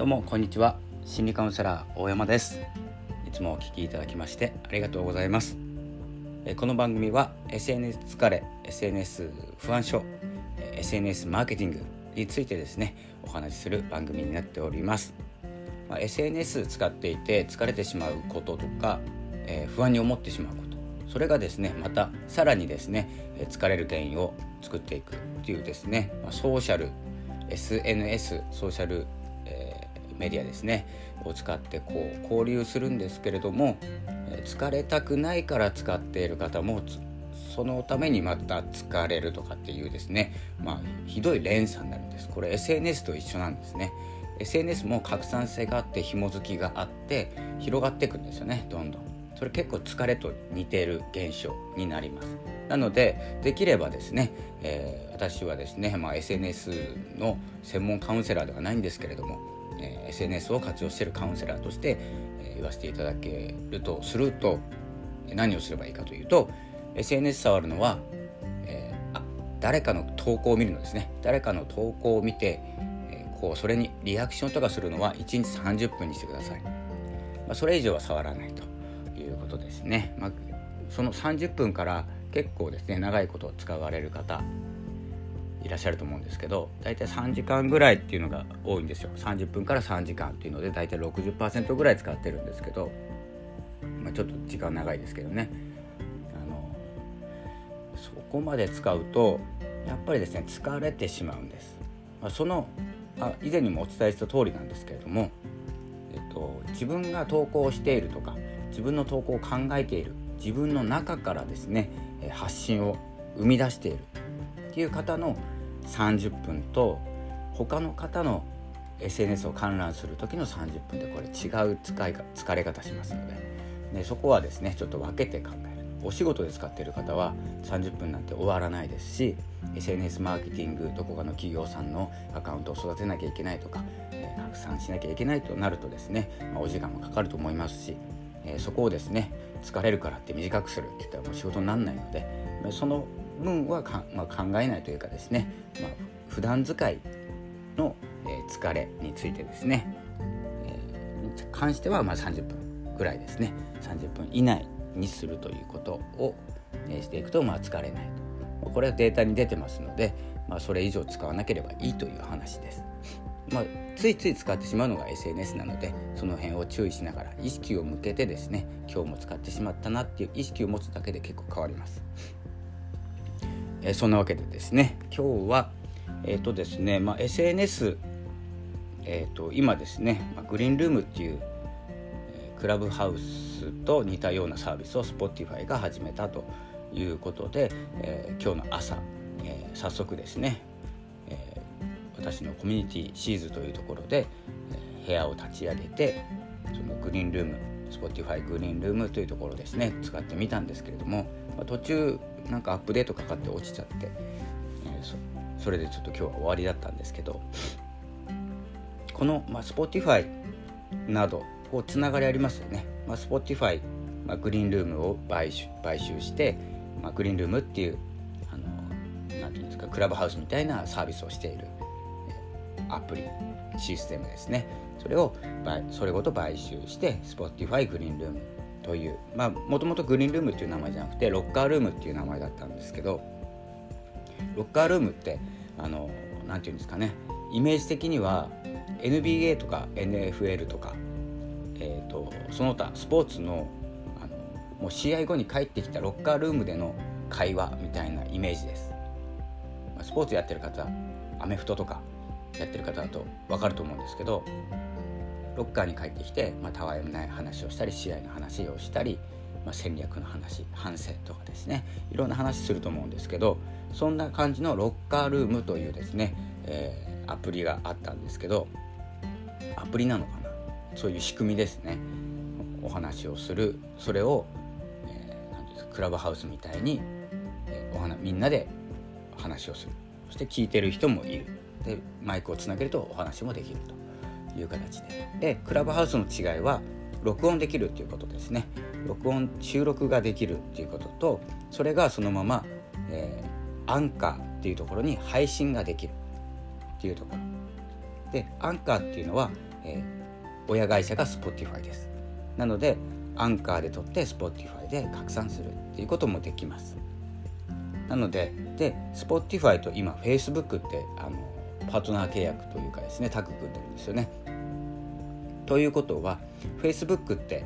どうもこんにちは。心理カウンセラー大山です。いつもお聞きいただきましてありがとうございます。この番組は SNS 疲れ、SNS 不安症、SNS マーケティングについてですねお話しする番組になっております。SNS 使っていて疲れてしまうこととか、不安に思ってしまうこと、それがですねまたさらにですね疲れる原因を作っていくというですね、ソーシャル SNS ソーシャル、メディアですねを使って交流するんですけれども、疲れたくないから使っている方もそのためにまた疲れるとかっていうですね、ひどい連鎖になるんです。これ SNS と一緒なんですね。 SNS も拡散性があって紐づきがあって広がっていくんですよね。どんどんそれ結構疲れと似ている現象になります。なのでできればですね、私はですね、SNS の専門カウンセラーではないんですけれども、SNS を活用しているカウンセラーとして、言わせていただけるとすると、何をすればいいかというと、 SNS 触るのは、誰かの投稿を見るのですね。誰かの投稿を見て、それにリアクションとかするのは1日30分にしてください。それ以上は触らないということですね。その30分から結構ですね長いことを使われる方いらっしゃると思うんですけど、だいたい3時間ぐらいっていうのが多いんですよ。30分から3時間っていうのでだいたい 60% ぐらい使ってるんですけど、ちょっと時間長いですけどね、そこまで使うとやっぱりですね疲れてしまうんです。以前にもお伝えした通りなんですけれども、自分が投稿しているとか自分の投稿を考えている自分の中からですね発信を生み出しているっていう方の30分と他の方の SNS を観覧する時の30分でこれ違う疲れ方しますので、そこはですねちょっと分けて考える。お仕事で使っている方は30分なんて終わらないですし、 SNS マーケティングどこかの企業さんのアカウントを育てなきゃいけないとか、拡散しなきゃいけないとなるとですね、お時間もかかると思いますし、そこをですね疲れるからって短くするって言ったらもう仕事にならないので、その分は考えないというかですね、普段使いの、疲れについてですね、に関しては30分ぐらいですね、30分以内にするということを、していくと疲れないと。これはデータに出てますので、それ以上使わなければいいという話です。ついつい使ってしまうのが SNS なので、その辺を注意しながら意識を向けてですね、今日も使ってしまったなっていう意識を持つだけで結構変わります。そんなわけでですね、今日はですね、SNS、今ですね、グリーンルームっていう、クラブハウスと似たようなサービスを Spotify が始めたということで、今日の朝、早速ですね、私のコミュニティシーズというところで、部屋を立ち上げて、そのグリーンルーム Spotify グリーンルームというところですね使ってみたんですけれども、途中なんかアップデートかかって落ちちゃって、それでちょっと今日は終わりだったんですけど、この、Spotify などつながりありますよね。Spotify、グリーンルームを買収して、グリーンルームっていうなんていうんですか、クラブハウスみたいなサービスをしているアプリシステムですね。それごと買収して Spotify グリーンルームという、もともとグリーンルームっていう名前じゃなくてロッカールームっていう名前だったんですけど、ロッカールームってなんていうんですかね、イメージ的には NBA とか NFL とか、その他スポーツの、もう試合後に帰ってきたロッカールームでの会話みたいなイメージです。スポーツやってる方、アメフトとかやってる方だと分かると思うんですけど、ロッカーに帰ってきて、たわいもない話をしたり試合の話をしたり、戦略の話、反省とかですね、いろんな話すると思うんですけど、そんな感じのロッカールームというですね、アプリがあったんですけど、アプリなのかな、そういう仕組みですね。お話をする、それを、なんていうんですか、クラブハウスみたいに、みんなで話をする。そして聞いてる人もいる。でマイクをつなげるとお話もできるという形で、クラブハウスの違いは録音できるっていうことですね。収録ができるっていうことと、それがそのまま、アンカーっていうところに配信ができるっていうところで、アンカーっていうのは親会社が Spotify です。なのでアンカーで撮って Spotify で拡散するっていうこともできます。なのでSpotify と今 Facebook ってパートナー契約というかですね、タッグ組んでるんですよね。ということは Facebook って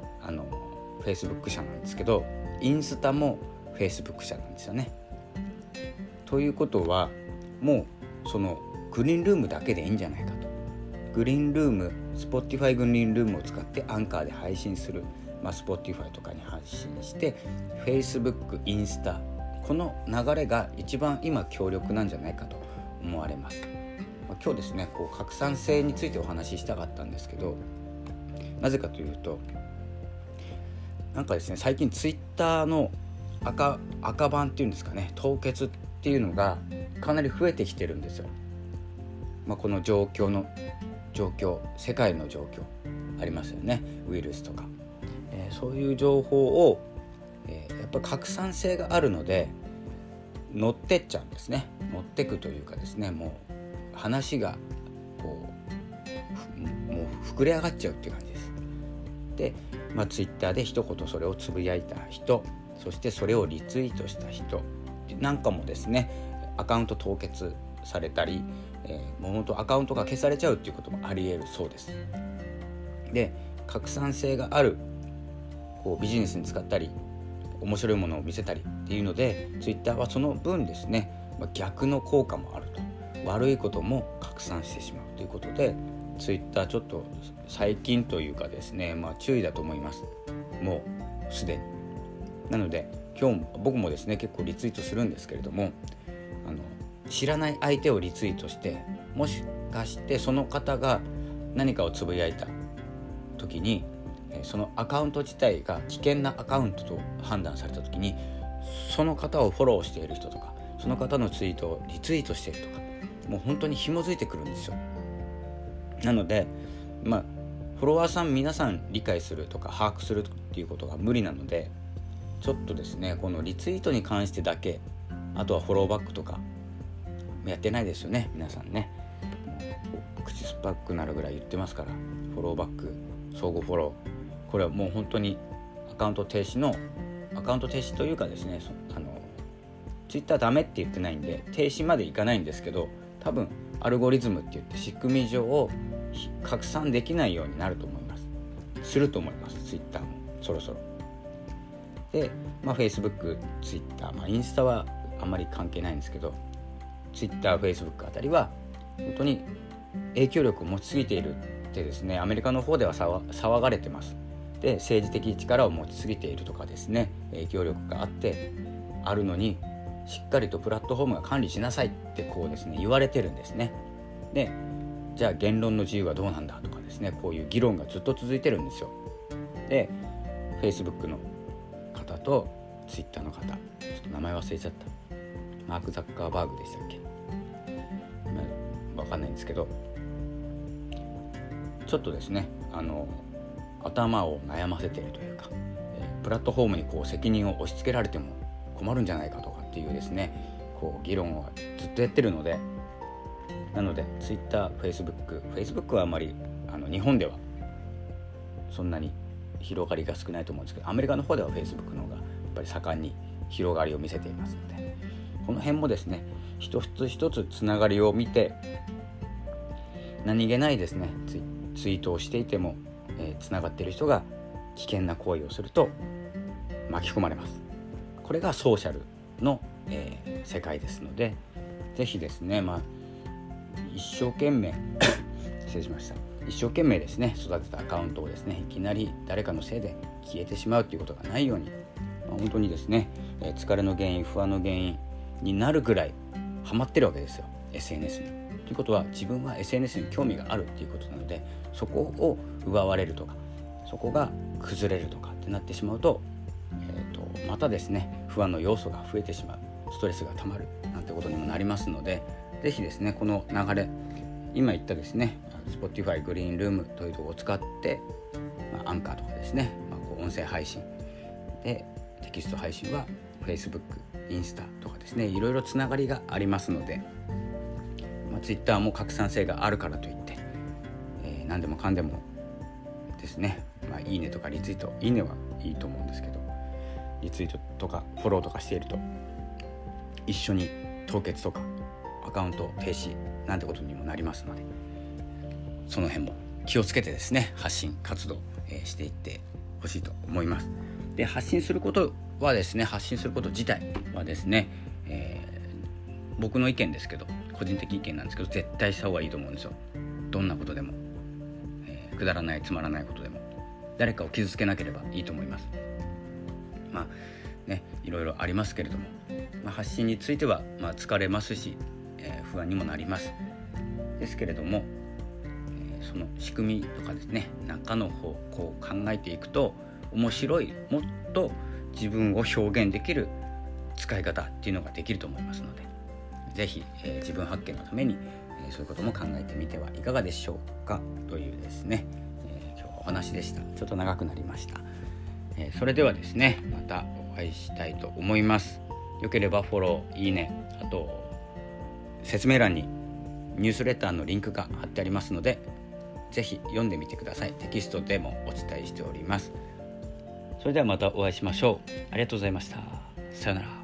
Facebook 社なんですけど、インスタも Facebook 社なんですよね。ということはもうそのグリーンルームだけでいいんじゃないかと。グリーンルーム Spotify グリーンルームを使ってアンカーで配信する、Spotify とかに配信して Facebook、インスタ、この流れが一番今強力なんじゃないかと思われます。今日ですね拡散性についてお話ししたかったんですけど、なぜかというとなんかですね、最近ツイッターの赤版っていうんですかね、凍結っていうのがかなり増えてきてるんですよ。この状況、世界の状況ありますよね、ウイルスとか、そういう情報を、やっぱり拡散性があるので乗ってっちゃうんですね。乗ってくというかですね、もう話がもう膨れ上がっちゃうっていう感じです。で、ツイッターで一言それをつぶやいた人、そしてそれをリツイートした人なんかもですね、アカウント凍結されたり、もう本当アカウントが消されちゃうっていうこともあり得るそうです。で、拡散性があるビジネスに使ったり面白いものを見せたりっていうので、ツイッターはその分ですね、逆の効果もあると、悪いことも拡散してしまうということで、ツイッターちょっと最近というかですね、注意だと思います。もうすでに。なので今日僕もですね結構リツイートするんですけれども、知らない相手をリツイートして、もしかしてその方が何かをつぶやいた時にそのアカウント自体が危険なアカウントと判断された時に、その方をフォローしている人とか、その方のツイートをリツイートしているとか、もう本当に紐づいてくるんですよ。なのでフォロワーさん皆さん理解するとか把握するっていうことが無理なので、ちょっとですねこのリツイートに関してだけ、あとはフォローバックとかやってないですよね皆さんね。口酸っぱくなるぐらい言ってますから、フォローバック、相互フォロー、これはもう本当にアカウント停止というかですね、ツイッターダメって言ってないんで停止までいかないんですけど、多分アルゴリズムって言って仕組み上を拡散できないようになると思います。すると思います。ツイッターもそろそろで、Facebook、ツイッター、インスタはあんまり関係ないんですけど、ツイッター、Facebook あたりは本当に影響力を持ちすぎているってですね、アメリカの方では騒がれてます。で、政治的力を持ちすぎているとかですね、影響力があるのにしっかりとプラットフォームが管理しなさいってですね言われてるんですね。で、じゃあ言論の自由はどうなんだとかですね、こういう議論がずっと続いてるんですよ。で、Facebook の方と Twitter の方、ちょっと名前忘れちゃった、マーク・ザッカーバーグでしたっけ、わかんないんですけど、ちょっとですね頭を悩ませているというか、プラットフォームに責任を押し付けられても困るんじゃないかとかっていうですね議論をずっとやってるので、なので Twitter、Facebook はあまり日本ではそんなに広がりが少ないと思うんですけど、アメリカの方では Facebook の方がやっぱり盛んに広がりを見せていますので、この辺もですね一つ一つつながりを見て、何気ないですねツイートをしていても、つながっている人が危険な行為をすると巻き込まれます。これがソーシャルの、世界ですので、ぜひですね、一生懸命失礼しました。一生懸命ですね育てたアカウントをですねいきなり誰かのせいで消えてしまうということがないように、本当にですね、疲れの原因、不安の原因になるぐらいハマってるわけですよ SNS に。ということは自分は SNS に興味があるということなので、そこを奪われるとか、そこが崩れるとかってなってしまうと、またですね不安の要素が増えてしまう、ストレスがたまるなんてことにもなりますので、ぜひですねこの流れ、今言ったですね Spotify グリーンルームというところを使って、アンカーとかですね、音声配信で、テキスト配信は Facebook、インスタとかですね、いろいろつながりがありますので、Twitter も拡散性があるからといって、 何でもかんでもですね、いいねとかリツイート、いいねはいいと思うんですけど、リツイートとかフォローとかしていると一緒に凍結とかアカウント停止なんてことにもなりますので、その辺も気をつけてですね、発信活動、していってほしいと思います。で、発信すること自体はですね、僕の意見ですけど、個人的意見なんですけど、絶対した方がいいと思うんですよ。どんなことでも、くだらないつまらないことでも誰かを傷つけなければいいと思います。いろいろありますけれども、発信については疲れますし、不安にもなります。ですけれども、その仕組みとかですね、中の方向を考えていくと面白い、もっと自分を表現できる使い方っていうのができると思いますので、ぜひ、自分発見のために、そういうことも考えてみてはいかがでしょうかというですね、今日はお話でした。ちょっと長くなりました。それではですね、またお会いしたいと思います。よければフォロー、いいね、あと説明欄にニュースレターのリンクが貼ってありますので、ぜひ読んでみてください。テキストでもお伝えしております。それではまたお会いしましょう。ありがとうございました。さよなら。